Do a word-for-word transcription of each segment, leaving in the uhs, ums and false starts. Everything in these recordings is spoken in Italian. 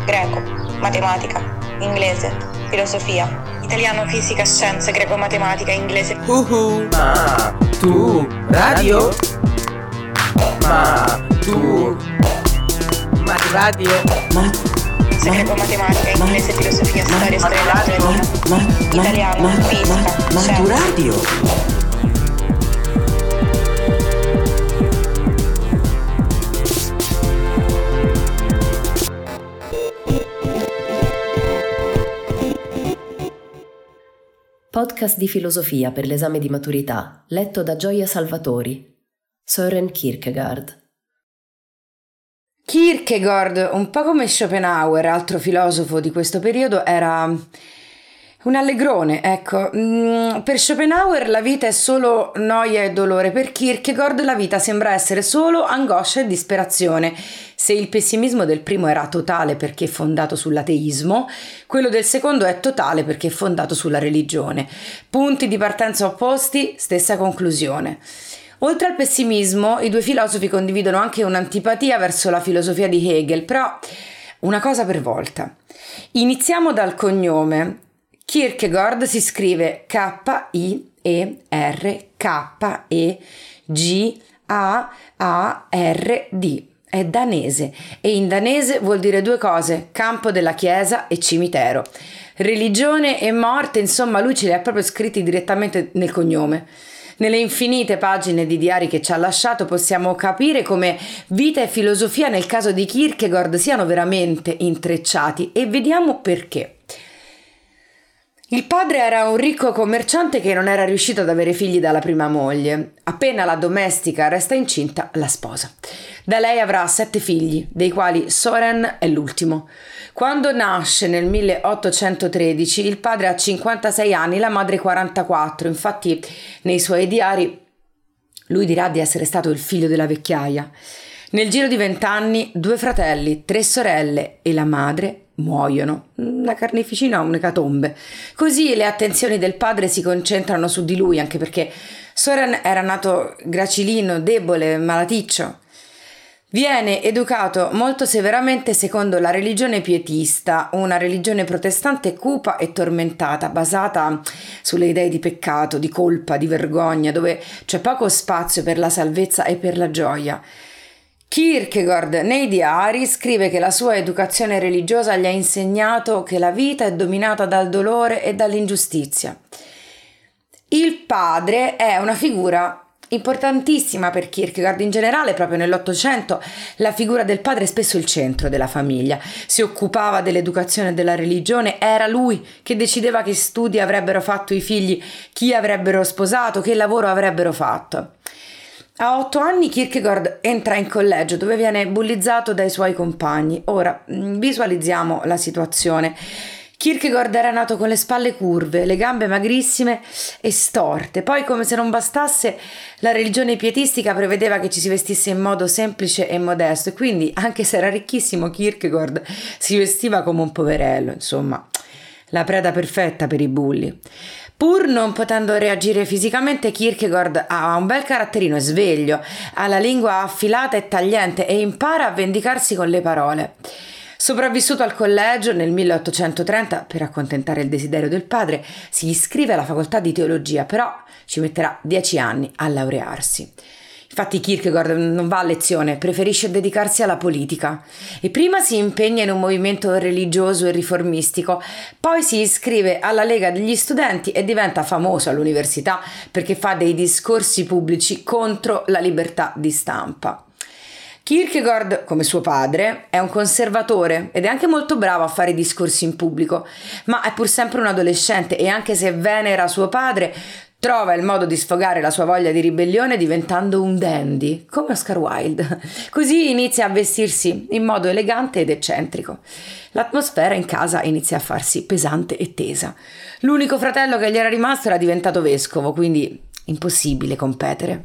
greco, matematica, inglese, filosofia, italiano, fisica, scienze, greco, matematica, inglese. Uhu. Ma tu radio? Ma tu ma tu radio? Ma greco, matematica, inglese, filosofia, storia, storia, letteratura, ma ma italiano, ma fisica, ma tu scienze. radio? Podcast di filosofia per l'esame di maturità, letto da Gioia Salvatori. Søren Kierkegaard. Kierkegaard, un po' come Schopenhauer, altro filosofo di questo periodo, era un allegrone, ecco. Per Schopenhauer la vita è solo noia e dolore, per Kierkegaard la vita sembra essere solo angoscia e disperazione. Se il pessimismo del primo era totale perché fondato sull'ateismo, quello del secondo è totale perché è fondato sulla religione. Punti di partenza opposti, stessa conclusione. Oltre al pessimismo, i due filosofi condividono anche un'antipatia verso la filosofia di Hegel, però una cosa per volta. Iniziamo dal cognome. Kierkegaard si scrive K I E R K E G A A R D. È danese e in danese vuol dire due cose: campo della chiesa e cimitero. Religione e morte, insomma, lui ce li ha proprio scritti direttamente nel cognome. Nelle infinite pagine di diari che ci ha lasciato possiamo capire come vita e filosofia nel caso di Kierkegaard siano veramente intrecciati, e vediamo perché. Il padre era un ricco commerciante che non era riuscito ad avere figli dalla prima moglie. Appena la domestica resta incinta, la sposa. Da lei avrà sette figli, dei quali Søren è l'ultimo. Quando nasce nel milleottocentotredici, il padre ha cinquantasei anni, la madre quarantaquattro. Infatti, nei suoi diari, lui dirà di essere stato il figlio della vecchiaia. Nel giro di vent'anni, due fratelli, tre sorelle e la madre muoiono. Una carneficina, un'ecatombe. Così le attenzioni del padre si concentrano su di lui, anche perché Søren era nato gracilino, debole, malaticcio. Viene educato molto severamente secondo la religione pietista, una religione protestante cupa e tormentata, basata sulle idee di peccato, di colpa, di vergogna, dove c'è poco spazio per la salvezza e per la gioia. Kierkegaard nei diari scrive che la sua educazione religiosa gli ha insegnato che la vita è dominata dal dolore e dall'ingiustizia. Il padre è una figura importantissima per Kierkegaard. In generale, proprio nell'Ottocento, la figura del padre è spesso il centro della famiglia. Si occupava dell'educazione e della religione, era lui che decideva che studi avrebbero fatto i figli, chi avrebbero sposato, che lavoro avrebbero fatto. A otto anni Kierkegaard entra in collegio, dove viene bullizzato dai suoi compagni. Ora, visualizziamo la situazione. Kierkegaard era nato con le spalle curve, le gambe magrissime e storte. Poi, come se non bastasse, la religione pietistica prevedeva che ci si vestisse in modo semplice e modesto, e quindi, anche se era ricchissimo, Kierkegaard si vestiva come un poverello. Insomma, la preda perfetta per i bulli. Pur non potendo reagire fisicamente, Kierkegaard ha un bel caratterino, è sveglio, ha la lingua affilata e tagliente e impara a vendicarsi con le parole. Sopravvissuto al collegio nel milleottocentotrenta, per accontentare il desiderio del padre, si iscrive alla facoltà di teologia, però ci metterà dieci anni a laurearsi. Infatti Kierkegaard non va a lezione, preferisce dedicarsi alla politica e prima si impegna in un movimento religioso e riformistico, poi si iscrive alla Lega degli Studenti e diventa famoso all'università perché fa dei discorsi pubblici contro la libertà di stampa. Kierkegaard, come suo padre, è un conservatore ed è anche molto bravo a fare discorsi in pubblico, ma è pur sempre un adolescente e anche se venera suo padre, trova il modo di sfogare la sua voglia di ribellione diventando un dandy, come Oscar Wilde. Così inizia a vestirsi in modo elegante ed eccentrico. L'atmosfera in casa inizia a farsi pesante e tesa. L'unico fratello che gli era rimasto era diventato vescovo, quindi impossibile competere.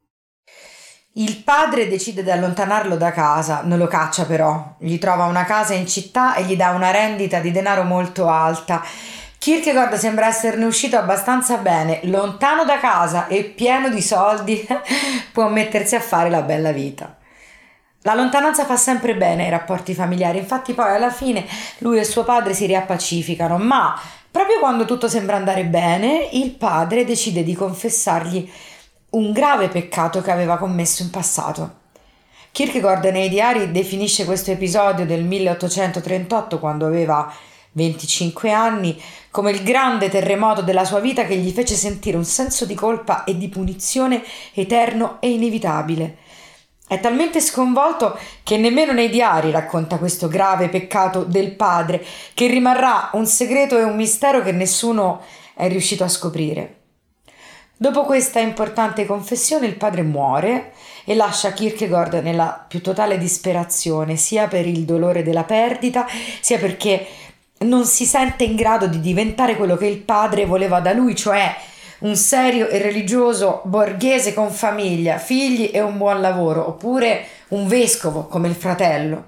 Il padre decide di allontanarlo da casa, non lo caccia però, gli trova una casa in città e gli dà una rendita di denaro molto alta. Kierkegaard sembra esserne uscito abbastanza bene, lontano da casa e pieno di soldi, può mettersi a fare la bella vita. La lontananza fa sempre bene ai rapporti familiari, infatti poi alla fine lui e suo padre si riappacificano, ma proprio quando tutto sembra andare bene, il padre decide di confessargli un grave peccato che aveva commesso in passato. Kierkegaard nei diari definisce questo episodio del milleottocentotrentotto, quando aveva venticinque anni, come il grande terremoto della sua vita che gli fece sentire un senso di colpa e di punizione eterno e inevitabile. È talmente sconvolto che nemmeno nei diari racconta questo grave peccato del padre, che rimarrà un segreto e un mistero che nessuno è riuscito a scoprire. Dopo questa importante confessione il padre muore e lascia Kierkegaard nella più totale disperazione, sia per il dolore della perdita, sia perché non si sente in grado di diventare quello che il padre voleva da lui, cioè un serio e religioso borghese con famiglia, figli e un buon lavoro, oppure un vescovo come il fratello.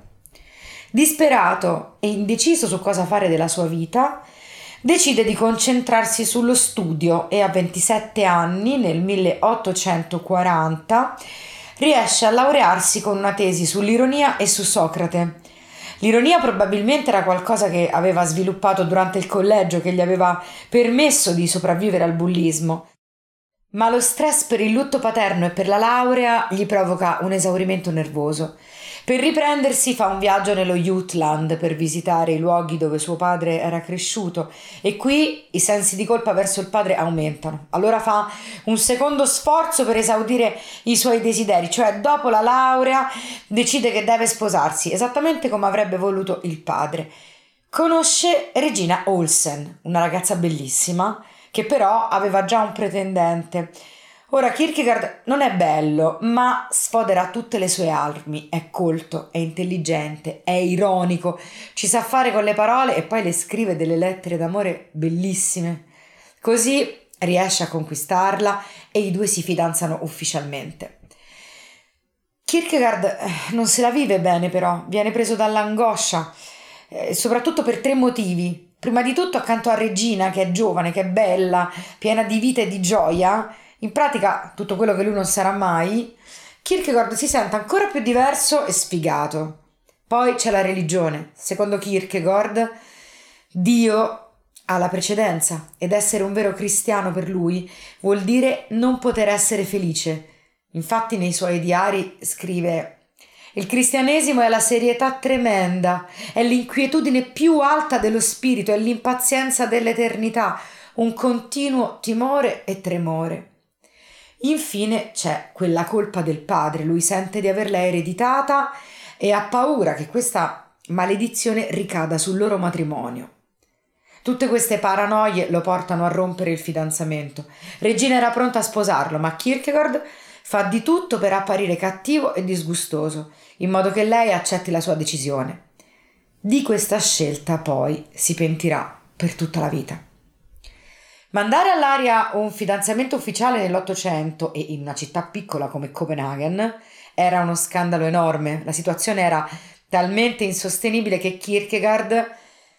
Disperato e indeciso su cosa fare della sua vita, decide di concentrarsi sullo studio e a ventisette anni, nel milleottocentoquaranta, riesce a laurearsi con una tesi sull'ironia e su Socrate. L'ironia probabilmente era qualcosa che aveva sviluppato durante il collegio, che gli aveva permesso di sopravvivere al bullismo, ma lo stress per il lutto paterno e per la laurea gli provoca un esaurimento nervoso. Per riprendersi fa un viaggio nello Jutland per visitare i luoghi dove suo padre era cresciuto, e qui i sensi di colpa verso il padre aumentano. Allora fa un secondo sforzo per esaudire i suoi desideri, cioè dopo la laurea decide che deve sposarsi, esattamente come avrebbe voluto il padre. Conosce Regina Olsen, una ragazza bellissima, che però aveva già un pretendente. Ora Kierkegaard non è bello, ma sfodera tutte le sue armi, è colto, è intelligente, è ironico, ci sa fare con le parole e poi le scrive delle lettere d'amore bellissime. Così riesce a conquistarla e i due si fidanzano ufficialmente. Kierkegaard non se la vive bene però, viene preso dall'angoscia, eh, soprattutto per tre motivi. Prima di tutto, accanto a Regina, che è giovane, che è bella, piena di vita e di gioia, in pratica tutto quello che lui non sarà mai, Kierkegaard si sente ancora più diverso e sfigato. Poi c'è la religione. Secondo Kierkegaard, Dio ha la precedenza ed essere un vero cristiano per lui vuol dire non poter essere felice. Infatti nei suoi diari scrive: il cristianesimo è la serietà tremenda, è l'inquietudine più alta dello spirito, è l'impazienza dell'eternità, un continuo timore e tremore. Infine c'è quella colpa del padre, lui sente di averla ereditata e ha paura che questa maledizione ricada sul loro matrimonio. Tutte queste paranoie lo portano a rompere il fidanzamento. Regina era pronta a sposarlo, ma Kierkegaard fa di tutto per apparire cattivo e disgustoso, in modo che lei accetti la sua decisione. Di questa scelta poi si pentirà per tutta la vita. Mandare all'aria un fidanzamento ufficiale nell'Ottocento e in una città piccola come Copenaghen era uno scandalo enorme. La situazione era talmente insostenibile che Kierkegaard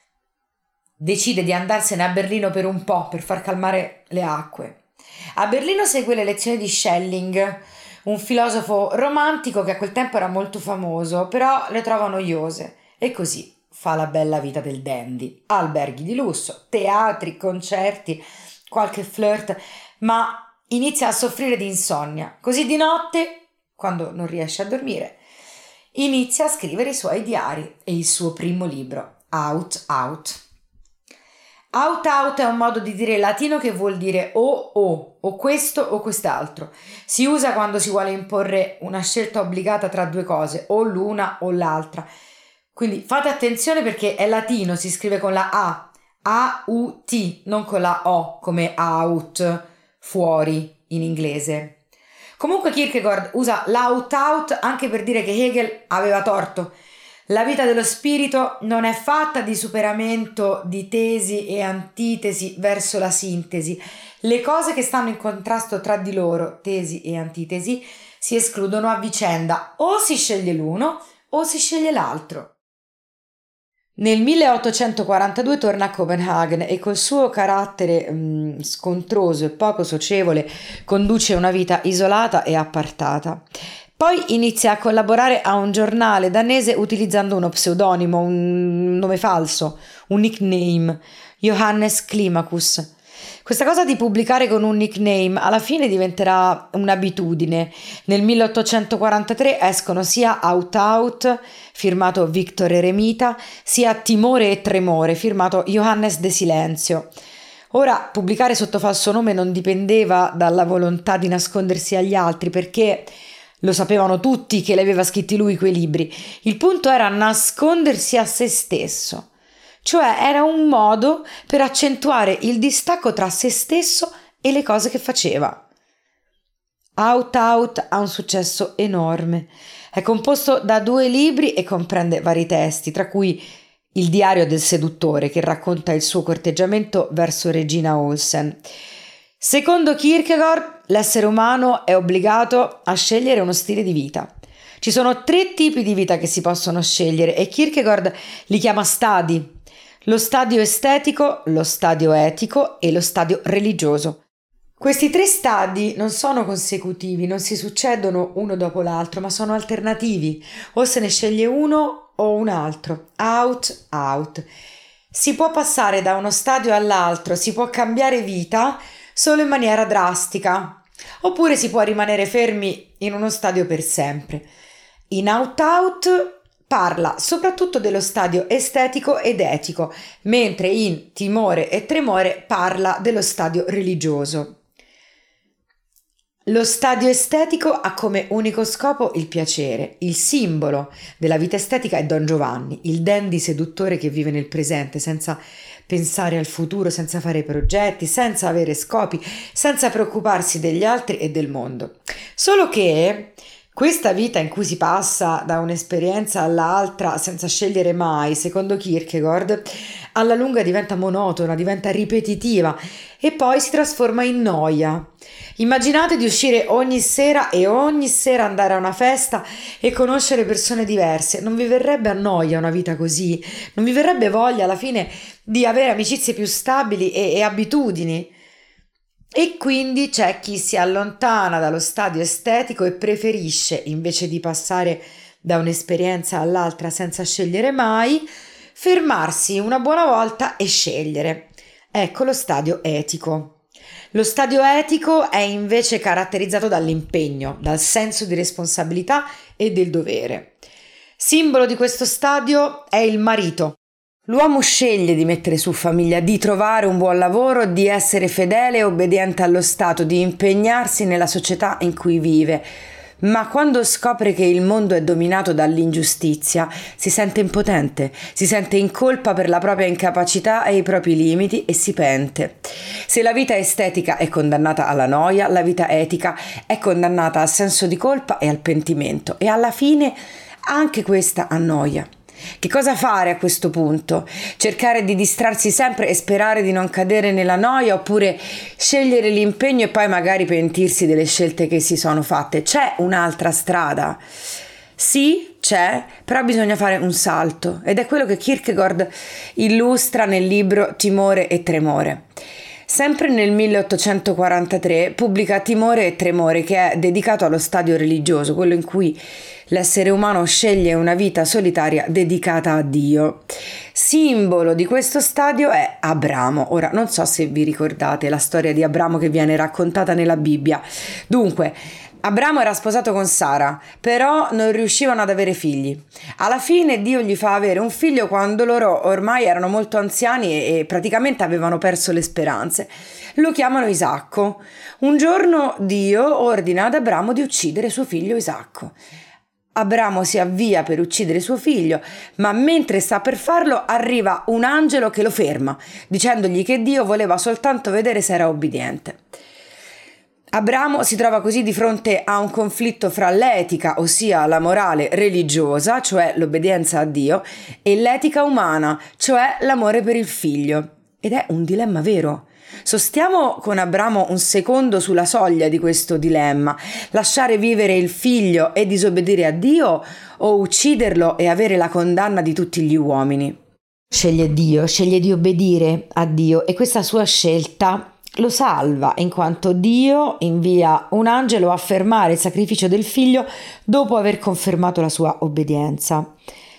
decide di andarsene a Berlino per un po', per far calmare le acque. A Berlino segue le lezioni di Schelling, un filosofo romantico che a quel tempo era molto famoso, però le trova noiose, e così fa la bella vita del dandy, alberghi di lusso, teatri, concerti, qualche flirt, ma inizia a soffrire di insonnia. Così di notte, quando non riesce a dormire, inizia a scrivere i suoi diari e il suo primo libro, Out Out. Out Out è un modo di dire latino che vuol dire o o, o questo o quest'altro. Si usa quando si vuole imporre una scelta obbligata tra due cose, o l'una o l'altra. Quindi fate attenzione perché è latino, si scrive con la A, A U T, non con la O come out, fuori in inglese. Comunque Kierkegaard usa l'out out anche per dire che Hegel aveva torto. La vita dello spirito non è fatta di superamento di tesi e antitesi verso la sintesi. Le cose che stanno in contrasto tra di loro, tesi e antitesi, si escludono a vicenda. O si sceglie l'uno o si sceglie l'altro. Nel milleottocentoquarantadue torna a Copenaghen e col suo carattere mh, scontroso e poco socievole conduce una vita isolata e appartata. Poi inizia a collaborare a un giornale danese utilizzando uno pseudonimo, un nome falso, un nickname, Johannes Climacus. Questa cosa di pubblicare con un nickname alla fine diventerà un'abitudine. Nel milleottocentoquarantatré escono sia Out Out, firmato Victor Eremita, sia Timore e Tremore, firmato Johannes De Silenzio. Ora, pubblicare sotto falso nome non dipendeva dalla volontà di nascondersi agli altri, perché lo sapevano tutti che le aveva scritti lui quei libri. Il punto era nascondersi a se stesso, cioè era un modo per accentuare il distacco tra se stesso e le cose che faceva. Out Out ha un successo enorme. È composto da due libri e comprende vari testi, tra cui Il diario del seduttore, che racconta il suo corteggiamento verso Regina Olsen. Secondo Kierkegaard, l'essere umano è obbligato a scegliere uno stile di vita. Ci sono tre tipi di vita che si possono scegliere e Kierkegaard li chiama stadi: lo stadio estetico, lo stadio etico e lo stadio religioso. Questi tre stadi non sono consecutivi, non si succedono uno dopo l'altro, ma sono alternativi, o se ne sceglie uno o un altro. Out, out. Si può passare da uno stadio all'altro, si può cambiare vita solo in maniera drastica, oppure si può rimanere fermi in uno stadio per sempre. In Out Out parla soprattutto dello stadio estetico ed etico, mentre in Timore e Tremore parla dello stadio religioso. Lo stadio estetico ha come unico scopo il piacere. Il simbolo della vita estetica è Don Giovanni, il dandy seduttore che vive nel presente senza pensare al futuro, senza fare progetti, senza avere scopi, senza preoccuparsi degli altri e del mondo. Solo che questa vita in cui si passa da un'esperienza all'altra senza scegliere mai, secondo Kierkegaard, alla lunga diventa monotona, diventa ripetitiva e poi si trasforma in noia. Immaginate di uscire ogni sera e ogni sera andare a una festa e conoscere persone diverse. Non vi verrebbe a noia una vita così? Non vi verrebbe voglia alla fine di avere amicizie più stabili e, e abitudini? E quindi c'è chi si allontana dallo stadio estetico e preferisce, invece di passare da un'esperienza all'altra senza scegliere mai, fermarsi una buona volta e scegliere. Ecco lo stadio etico. Lo stadio etico è invece caratterizzato dall'impegno, dal senso di responsabilità e del dovere. Simbolo di questo stadio è il marito. L'uomo sceglie di mettere su famiglia, di trovare un buon lavoro, di essere fedele e obbediente allo Stato, di impegnarsi nella società in cui vive. Ma quando scopre che il mondo è dominato dall'ingiustizia, si sente impotente, si sente in colpa per la propria incapacità e i propri limiti e si pente. Se la vita estetica è condannata alla noia, la vita etica è condannata al senso di colpa e al pentimento, e alla fine anche questa annoia. Che cosa fare a questo punto? Cercare di distrarsi sempre e sperare di non cadere nella noia, oppure scegliere l'impegno e poi magari pentirsi delle scelte che si sono fatte? C'è un'altra strada? Sì, c'è, però bisogna fare un salto, ed è quello che Kierkegaard illustra nel libro Timore e Tremore. Sempre nel milleottocentoquarantatré pubblica Timore e Tremore, che è dedicato allo stadio religioso, quello in cui l'essere umano sceglie una vita solitaria dedicata a Dio. Simbolo di questo stadio è Abramo. Ora, non so se vi ricordate la storia di Abramo che viene raccontata nella Bibbia. Dunque, Abramo era sposato con Sara, però non riuscivano ad avere figli. Alla fine Dio gli fa avere un figlio quando loro ormai erano molto anziani e, e praticamente avevano perso le speranze. Lo chiamano Isacco. Un giorno Dio ordina ad Abramo di uccidere suo figlio Isacco. Abramo si avvia per uccidere suo figlio, ma mentre sta per farlo arriva un angelo che lo ferma, dicendogli che Dio voleva soltanto vedere se era obbediente. Abramo si trova così di fronte a un conflitto fra l'etica, ossia la morale religiosa, cioè l'obbedienza a Dio, e l'etica umana, cioè l'amore per il figlio. Ed è un dilemma vero. Sostiamo con Abramo un secondo sulla soglia di questo dilemma: lasciare vivere il figlio e disobbedire a Dio, o ucciderlo e avere la condanna di tutti gli uomini? Sceglie Dio, sceglie di obbedire a Dio, e questa sua scelta lo salva in quanto Dio invia un angelo a fermare il sacrificio del figlio dopo aver confermato la sua obbedienza.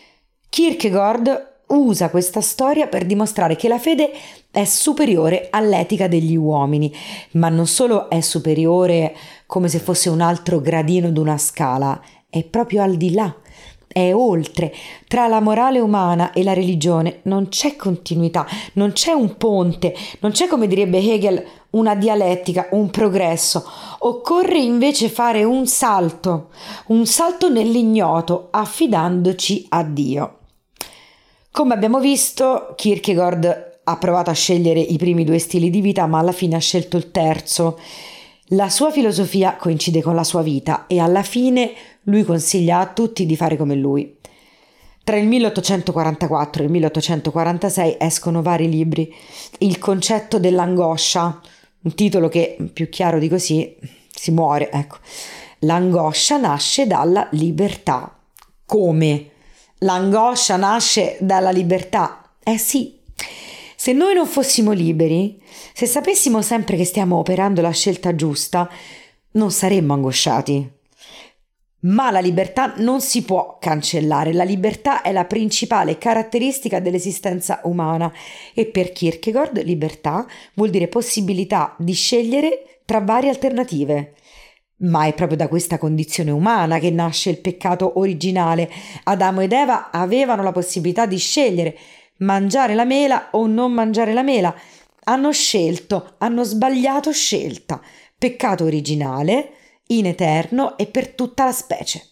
Kierkegaard usa questa storia per dimostrare che la fede è superiore all'etica degli uomini, ma non solo è superiore come se fosse un altro gradino d'una scala, è proprio al di là, è oltre. Tra la morale umana e la religione non c'è continuità, non c'è un ponte, non c'è, come direbbe Hegel, una dialettica, un progresso. Occorre invece fare un salto, un salto nell'ignoto, affidandoci a Dio. Come abbiamo visto, Kierkegaard ha provato a scegliere i primi due stili di vita, ma alla fine ha scelto il terzo. La sua filosofia coincide con la sua vita e alla fine lui consiglia a tutti di fare come lui. Tra il milleottocentoquarantaquattro e il milleottocentoquarantasei escono vari libri. Il concetto dell'angoscia, un titolo che più chiaro di così si muore, ecco. L'angoscia nasce dalla libertà. Come? L'angoscia nasce dalla libertà? Eh sì. Se noi non fossimo liberi, se sapessimo sempre che stiamo operando la scelta giusta, non saremmo angosciati. Ma la libertà non si può cancellare. La libertà è la principale caratteristica dell'esistenza umana e per Kierkegaard libertà vuol dire possibilità di scegliere tra varie alternative. Ma è proprio da questa condizione umana che nasce il peccato originale. Adamo ed Eva avevano la possibilità di scegliere mangiare la mela o non mangiare la mela. Hanno scelto, hanno sbagliato scelta. Peccato originale, in eterno e per tutta la specie.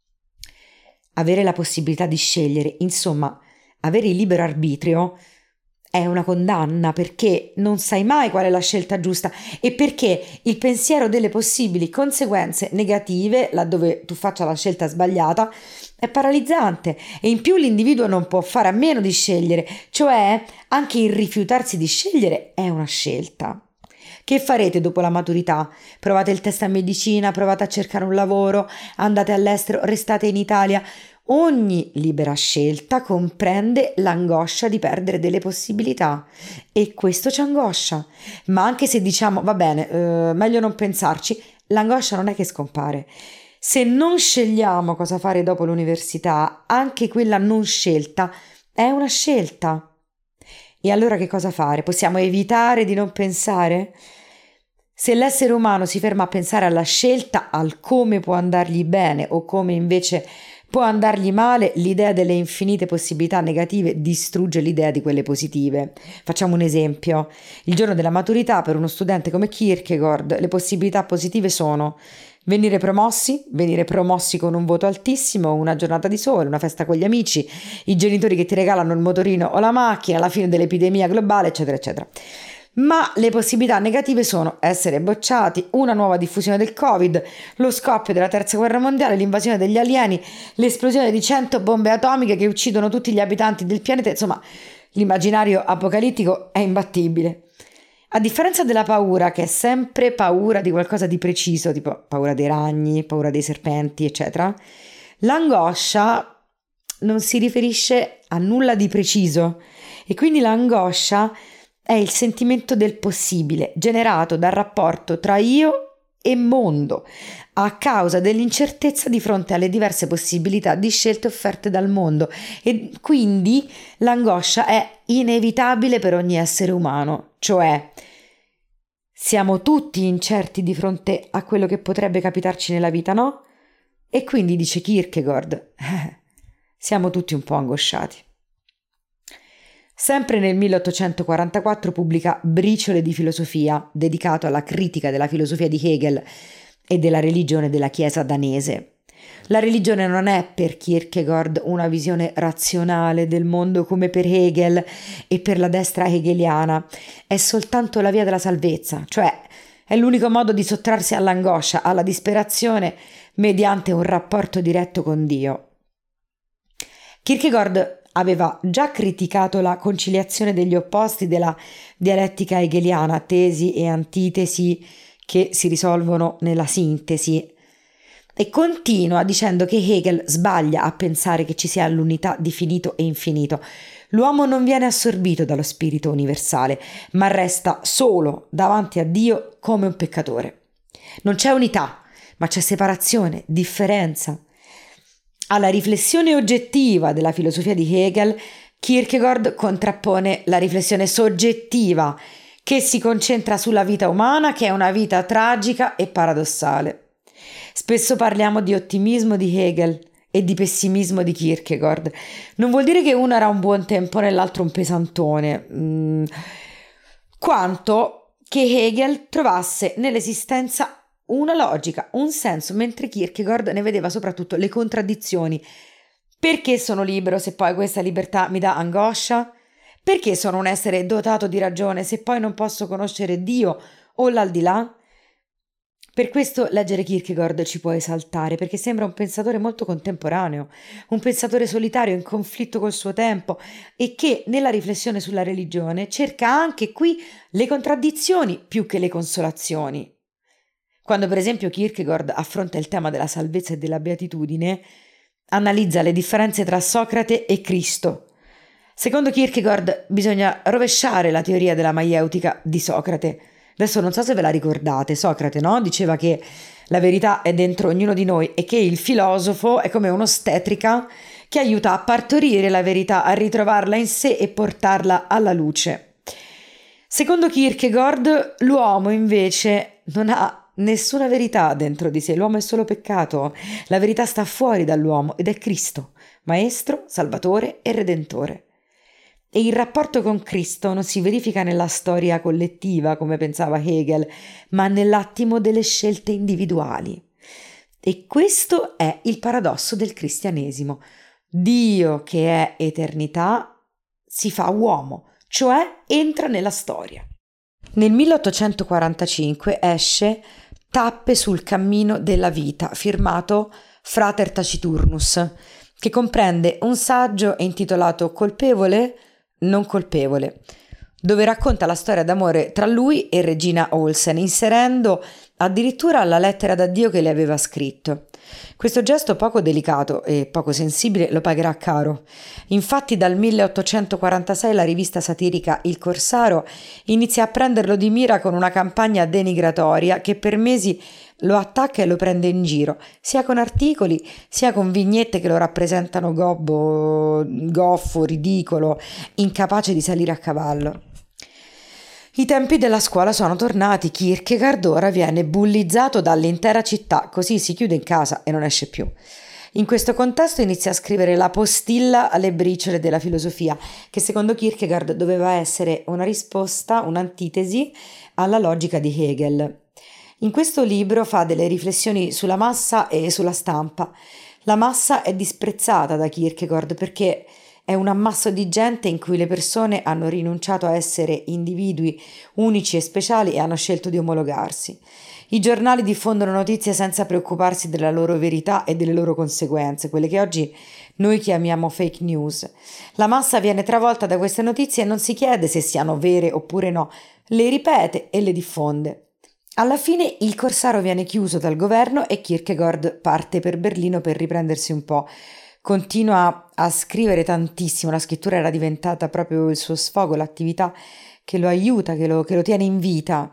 Avere la possibilità di scegliere, insomma, avere il libero arbitrio, è una condanna perché non sai mai qual è la scelta giusta e perché il pensiero delle possibili conseguenze negative, laddove tu faccia la scelta sbagliata, è paralizzante e in più l'individuo non può fare a meno di scegliere, cioè anche il rifiutarsi di scegliere è una scelta. Che farete dopo la maturità? Provate il test a medicina, provate a cercare un lavoro, andate all'estero, restate in Italia. Ogni libera scelta comprende l'angoscia di perdere delle possibilità e questo ci angoscia. Ma anche se diciamo va bene, eh, meglio non pensarci, l'angoscia non è che scompare. Se non scegliamo cosa fare dopo l'università, anche quella non scelta è una scelta. E allora che cosa fare? Possiamo evitare di non pensare? Se l'essere umano si ferma a pensare alla scelta, al come può andargli bene o come invece può andargli male, l'idea delle infinite possibilità negative distrugge l'idea di quelle positive. Facciamo un esempio. Il giorno della maturità per uno studente come Kierkegaard le possibilità positive sono venire promossi, venire promossi con un voto altissimo, una giornata di sole, una festa con gli amici, i genitori che ti regalano il motorino o la macchina, la fine dell'epidemia globale, eccetera, eccetera. Ma le possibilità negative sono essere bocciati, una nuova diffusione del Covid, lo scoppio della terza guerra mondiale, l'invasione degli alieni, l'esplosione di cento bombe atomiche che uccidono tutti gli abitanti del pianeta. Insomma, l'immaginario apocalittico è imbattibile. A differenza della paura, che è sempre paura di qualcosa di preciso, tipo paura dei ragni, paura dei serpenti, eccetera, l'angoscia non si riferisce a nulla di preciso e quindi l'angoscia è il sentimento del possibile generato dal rapporto tra io e mondo a causa dell'incertezza di fronte alle diverse possibilità di scelte offerte dal mondo e quindi l'angoscia è inevitabile per ogni essere umano, cioè siamo tutti incerti di fronte a quello che potrebbe capitarci nella vita, no? E quindi dice Kierkegaard, eh, siamo tutti un po' angosciati. Sempre nel milleottocentoquarantaquattro pubblica Briciole di filosofia, dedicato alla critica della filosofia di Hegel e della religione della Chiesa danese. La religione non è per Kierkegaard una visione razionale del mondo come per Hegel e per la destra hegeliana, è soltanto la via della salvezza, cioè è l'unico modo di sottrarsi all'angoscia, alla disperazione, mediante un rapporto diretto con Dio. Kierkegaard aveva già criticato la conciliazione degli opposti della dialettica hegeliana, tesi e antitesi che si risolvono nella sintesi, e continua dicendo che Hegel sbaglia a pensare che ci sia l'unità di finito e infinito. L'uomo non viene assorbito dallo spirito universale, ma resta solo davanti a Dio come un peccatore. Non c'è unità, ma c'è separazione, differenza. Alla riflessione oggettiva della filosofia di Hegel, Kierkegaard contrappone la riflessione soggettiva, che si concentra sulla vita umana, che è una vita tragica e paradossale. Spesso parliamo di ottimismo di Hegel e di pessimismo di Kierkegaard. Non vuol dire che uno era un buon tempo e l'altro un pesantone, mm, quanto che Hegel trovasse nell'esistenza una logica, un senso, mentre Kierkegaard ne vedeva soprattutto le contraddizioni. Perché sono libero se poi questa libertà mi dà angoscia? Perché sono un essere dotato di ragione se poi non posso conoscere Dio o l'aldilà? Per questo leggere Kierkegaard ci può esaltare, perché sembra un pensatore molto contemporaneo, un pensatore solitario in conflitto col suo tempo e che nella riflessione sulla religione cerca anche qui le contraddizioni più che le consolazioni. Quando per esempio Kierkegaard affronta il tema della salvezza e della beatitudine, analizza le differenze tra Socrate e Cristo. Secondo Kierkegaard bisogna rovesciare la teoria della maieutica di Socrate. Adesso non so se ve la ricordate, Socrate, no? Diceva che la verità è dentro ognuno di noi e che il filosofo è come un'ostetrica che aiuta a partorire la verità, a ritrovarla in sé e portarla alla luce. Secondo Kierkegaard, l'uomo invece non ha nessuna verità dentro di sé, l'uomo è solo peccato, la verità sta fuori dall'uomo ed è Cristo, Maestro, Salvatore e Redentore. E il rapporto con Cristo non si verifica nella storia collettiva, come pensava Hegel, ma nell'attimo delle scelte individuali. E questo è il paradosso del cristianesimo. Dio, che è eternità, si fa uomo, cioè entra nella storia. Nel milleottocentoquarantacinque esce Tappe sul cammino della vita, firmato Frater Taciturnus, che comprende un saggio intitolato Colpevole? Non colpevole, dove racconta la storia d'amore tra lui e Regina Olsen, inserendo addirittura la lettera da Dio che le aveva scritto. Questo gesto poco delicato e poco sensibile lo pagherà caro. Infatti dal milleottocentoquarantasei la rivista satirica Il Corsaro inizia a prenderlo di mira con una campagna denigratoria che per mesi lo attacca e lo prende in giro, sia con articoli, sia con vignette che lo rappresentano gobbo, goffo, ridicolo, incapace di salire a cavallo. I tempi della scuola sono tornati, Kierkegaard ora viene bullizzato dall'intera città, così si chiude in casa e non esce più. In questo contesto inizia a scrivere la postilla alle briciole della filosofia, che secondo Kierkegaard doveva essere una risposta, un'antitesi alla logica di Hegel. In questo libro fa delle riflessioni sulla massa e sulla stampa. La massa è disprezzata da Kierkegaard perché è un ammasso di gente in cui le persone hanno rinunciato a essere individui unici e speciali e hanno scelto di omologarsi. I giornali diffondono notizie senza preoccuparsi della loro verità e delle loro conseguenze, quelle che oggi noi chiamiamo fake news. La massa viene travolta da queste notizie e non si chiede se siano vere oppure no, le ripete e le diffonde. Alla fine il Corsaro viene chiuso dal governo e Kierkegaard parte per Berlino per riprendersi un po'. Continua a scrivere tantissimo, la scrittura era diventata proprio il suo sfogo, l'attività che lo aiuta, che lo, che lo tiene in vita.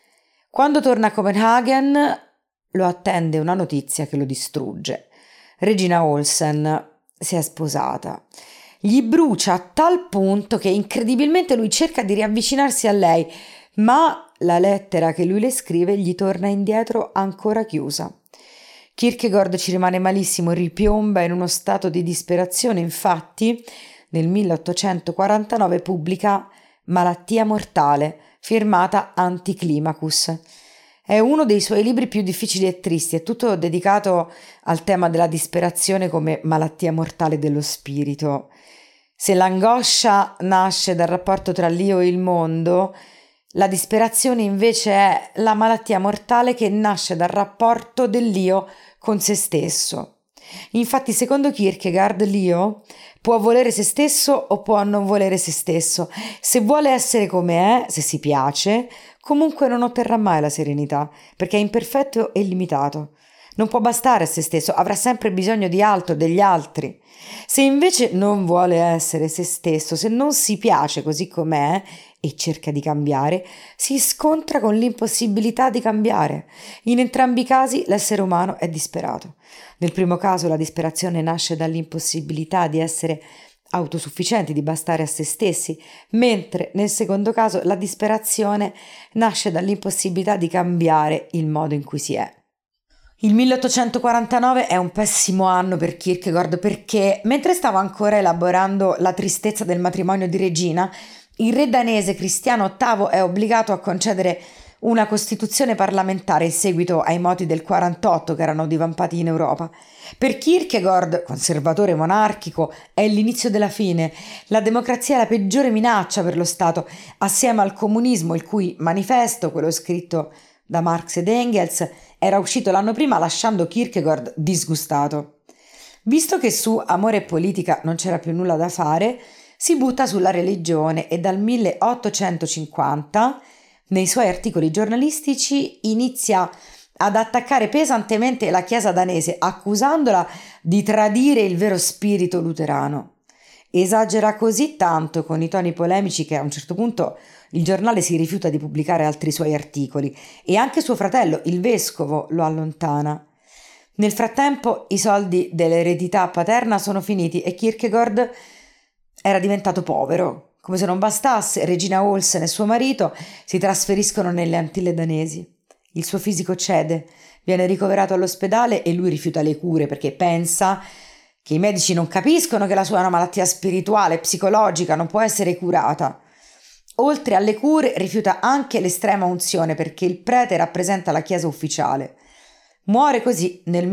Quando torna a Copenaghen lo attende una notizia che lo distrugge. Regina Olsen si è sposata. Gli brucia a tal punto che incredibilmente lui cerca di riavvicinarsi a lei, ma la lettera che lui le scrive gli torna indietro ancora chiusa. Kierkegaard ci rimane malissimo, ripiomba in uno stato di disperazione, infatti nel milleottocentoquarantanove pubblica Malattia mortale, firmata Anticlimacus. È uno dei suoi libri più difficili e tristi, è tutto dedicato al tema della disperazione come malattia mortale dello spirito. Se l'angoscia nasce dal rapporto tra l'io e il mondo, la disperazione invece è la malattia mortale che nasce dal rapporto dell'io con se stesso. Infatti, secondo Kierkegaard, l'io può volere se stesso o può non volere se stesso. Se vuole essere come è, se si piace, comunque non otterrà mai la serenità, perché è imperfetto e limitato. Non può bastare a se stesso, avrà sempre bisogno di altro, degli altri. Se invece non vuole essere se stesso, se non si piace così com'è e cerca di cambiare, si scontra con l'impossibilità di cambiare. In entrambi i casi l'essere umano è disperato. Nel primo caso la disperazione nasce dall'impossibilità di essere autosufficienti, di bastare a se stessi, mentre nel secondo caso la disperazione nasce dall'impossibilità di cambiare il modo in cui si è. Il milleottocentoquarantanove è un pessimo anno per Kierkegaard perché, mentre stava ancora elaborando la tristezza del matrimonio di Regina, il re danese Cristiano ottavo è obbligato a concedere una costituzione parlamentare in seguito ai moti del quarantotto che erano divampati in Europa. Per Kierkegaard, conservatore monarchico, è l'inizio della fine. La democrazia è la peggiore minaccia per lo Stato, assieme al comunismo, il cui manifesto, quello scritto da Marx ed Engels, era uscito l'anno prima lasciando Kierkegaard disgustato. Visto che su Amore e politica non c'era più nulla da fare, si butta sulla religione e dal milleottocentocinquanta, nei suoi articoli giornalistici, inizia ad attaccare pesantemente la Chiesa danese, accusandola di tradire il vero spirito luterano. Esagera così tanto con i toni polemici che a un certo punto il giornale si rifiuta di pubblicare altri suoi articoli e anche suo fratello, il vescovo, lo allontana. Nel frattempo i soldi dell'eredità paterna sono finiti e Kierkegaard era diventato povero. Come se non bastasse, Regina Olsen e suo marito si trasferiscono nelle Antille danesi. Il suo fisico cede, viene ricoverato all'ospedale e lui rifiuta le cure perché pensa che i medici non capiscono che la sua è una malattia spirituale, psicologica, non può essere curata. Oltre alle cure rifiuta anche l'estrema unzione perché il prete rappresenta la Chiesa ufficiale. Muore così nel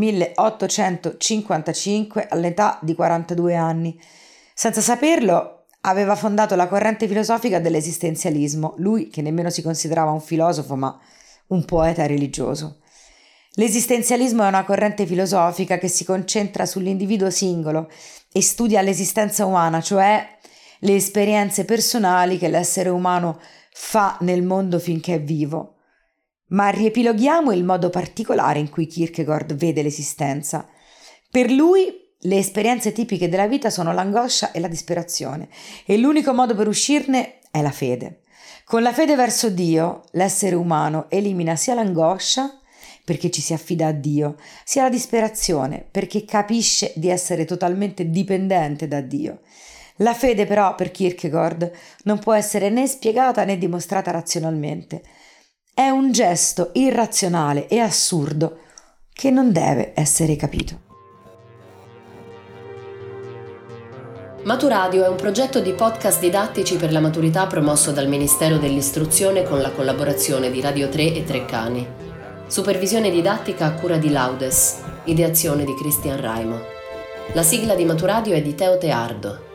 milleottocentocinquantacinque all'età di quarantadue anni. Senza saperlo aveva fondato la corrente filosofica dell'esistenzialismo, lui che nemmeno si considerava un filosofo ma un poeta religioso. L'esistenzialismo è una corrente filosofica che si concentra sull'individuo singolo e studia l'esistenza umana, cioè le esperienze personali che l'essere umano fa nel mondo finché è vivo. Ma riepiloghiamo il modo particolare in cui Kierkegaard vede l'esistenza. Per lui le esperienze tipiche della vita sono l'angoscia e la disperazione e l'unico modo per uscirne è la fede. Con la fede verso Dio, l'essere umano elimina sia l'angoscia, perché ci si affida a Dio, sia la disperazione, perché capisce di essere totalmente dipendente da Dio. La fede però, per Kierkegaard, non può essere né spiegata né dimostrata razionalmente. È un gesto irrazionale e assurdo che non deve essere capito. Maturadio è un progetto di podcast didattici per la maturità promosso dal Ministero dell'Istruzione con la collaborazione di Radio tre e Treccani. Supervisione didattica a cura di Laudes, ideazione di Cristian Raimo. La sigla di Maturadio è di Teo Teardo.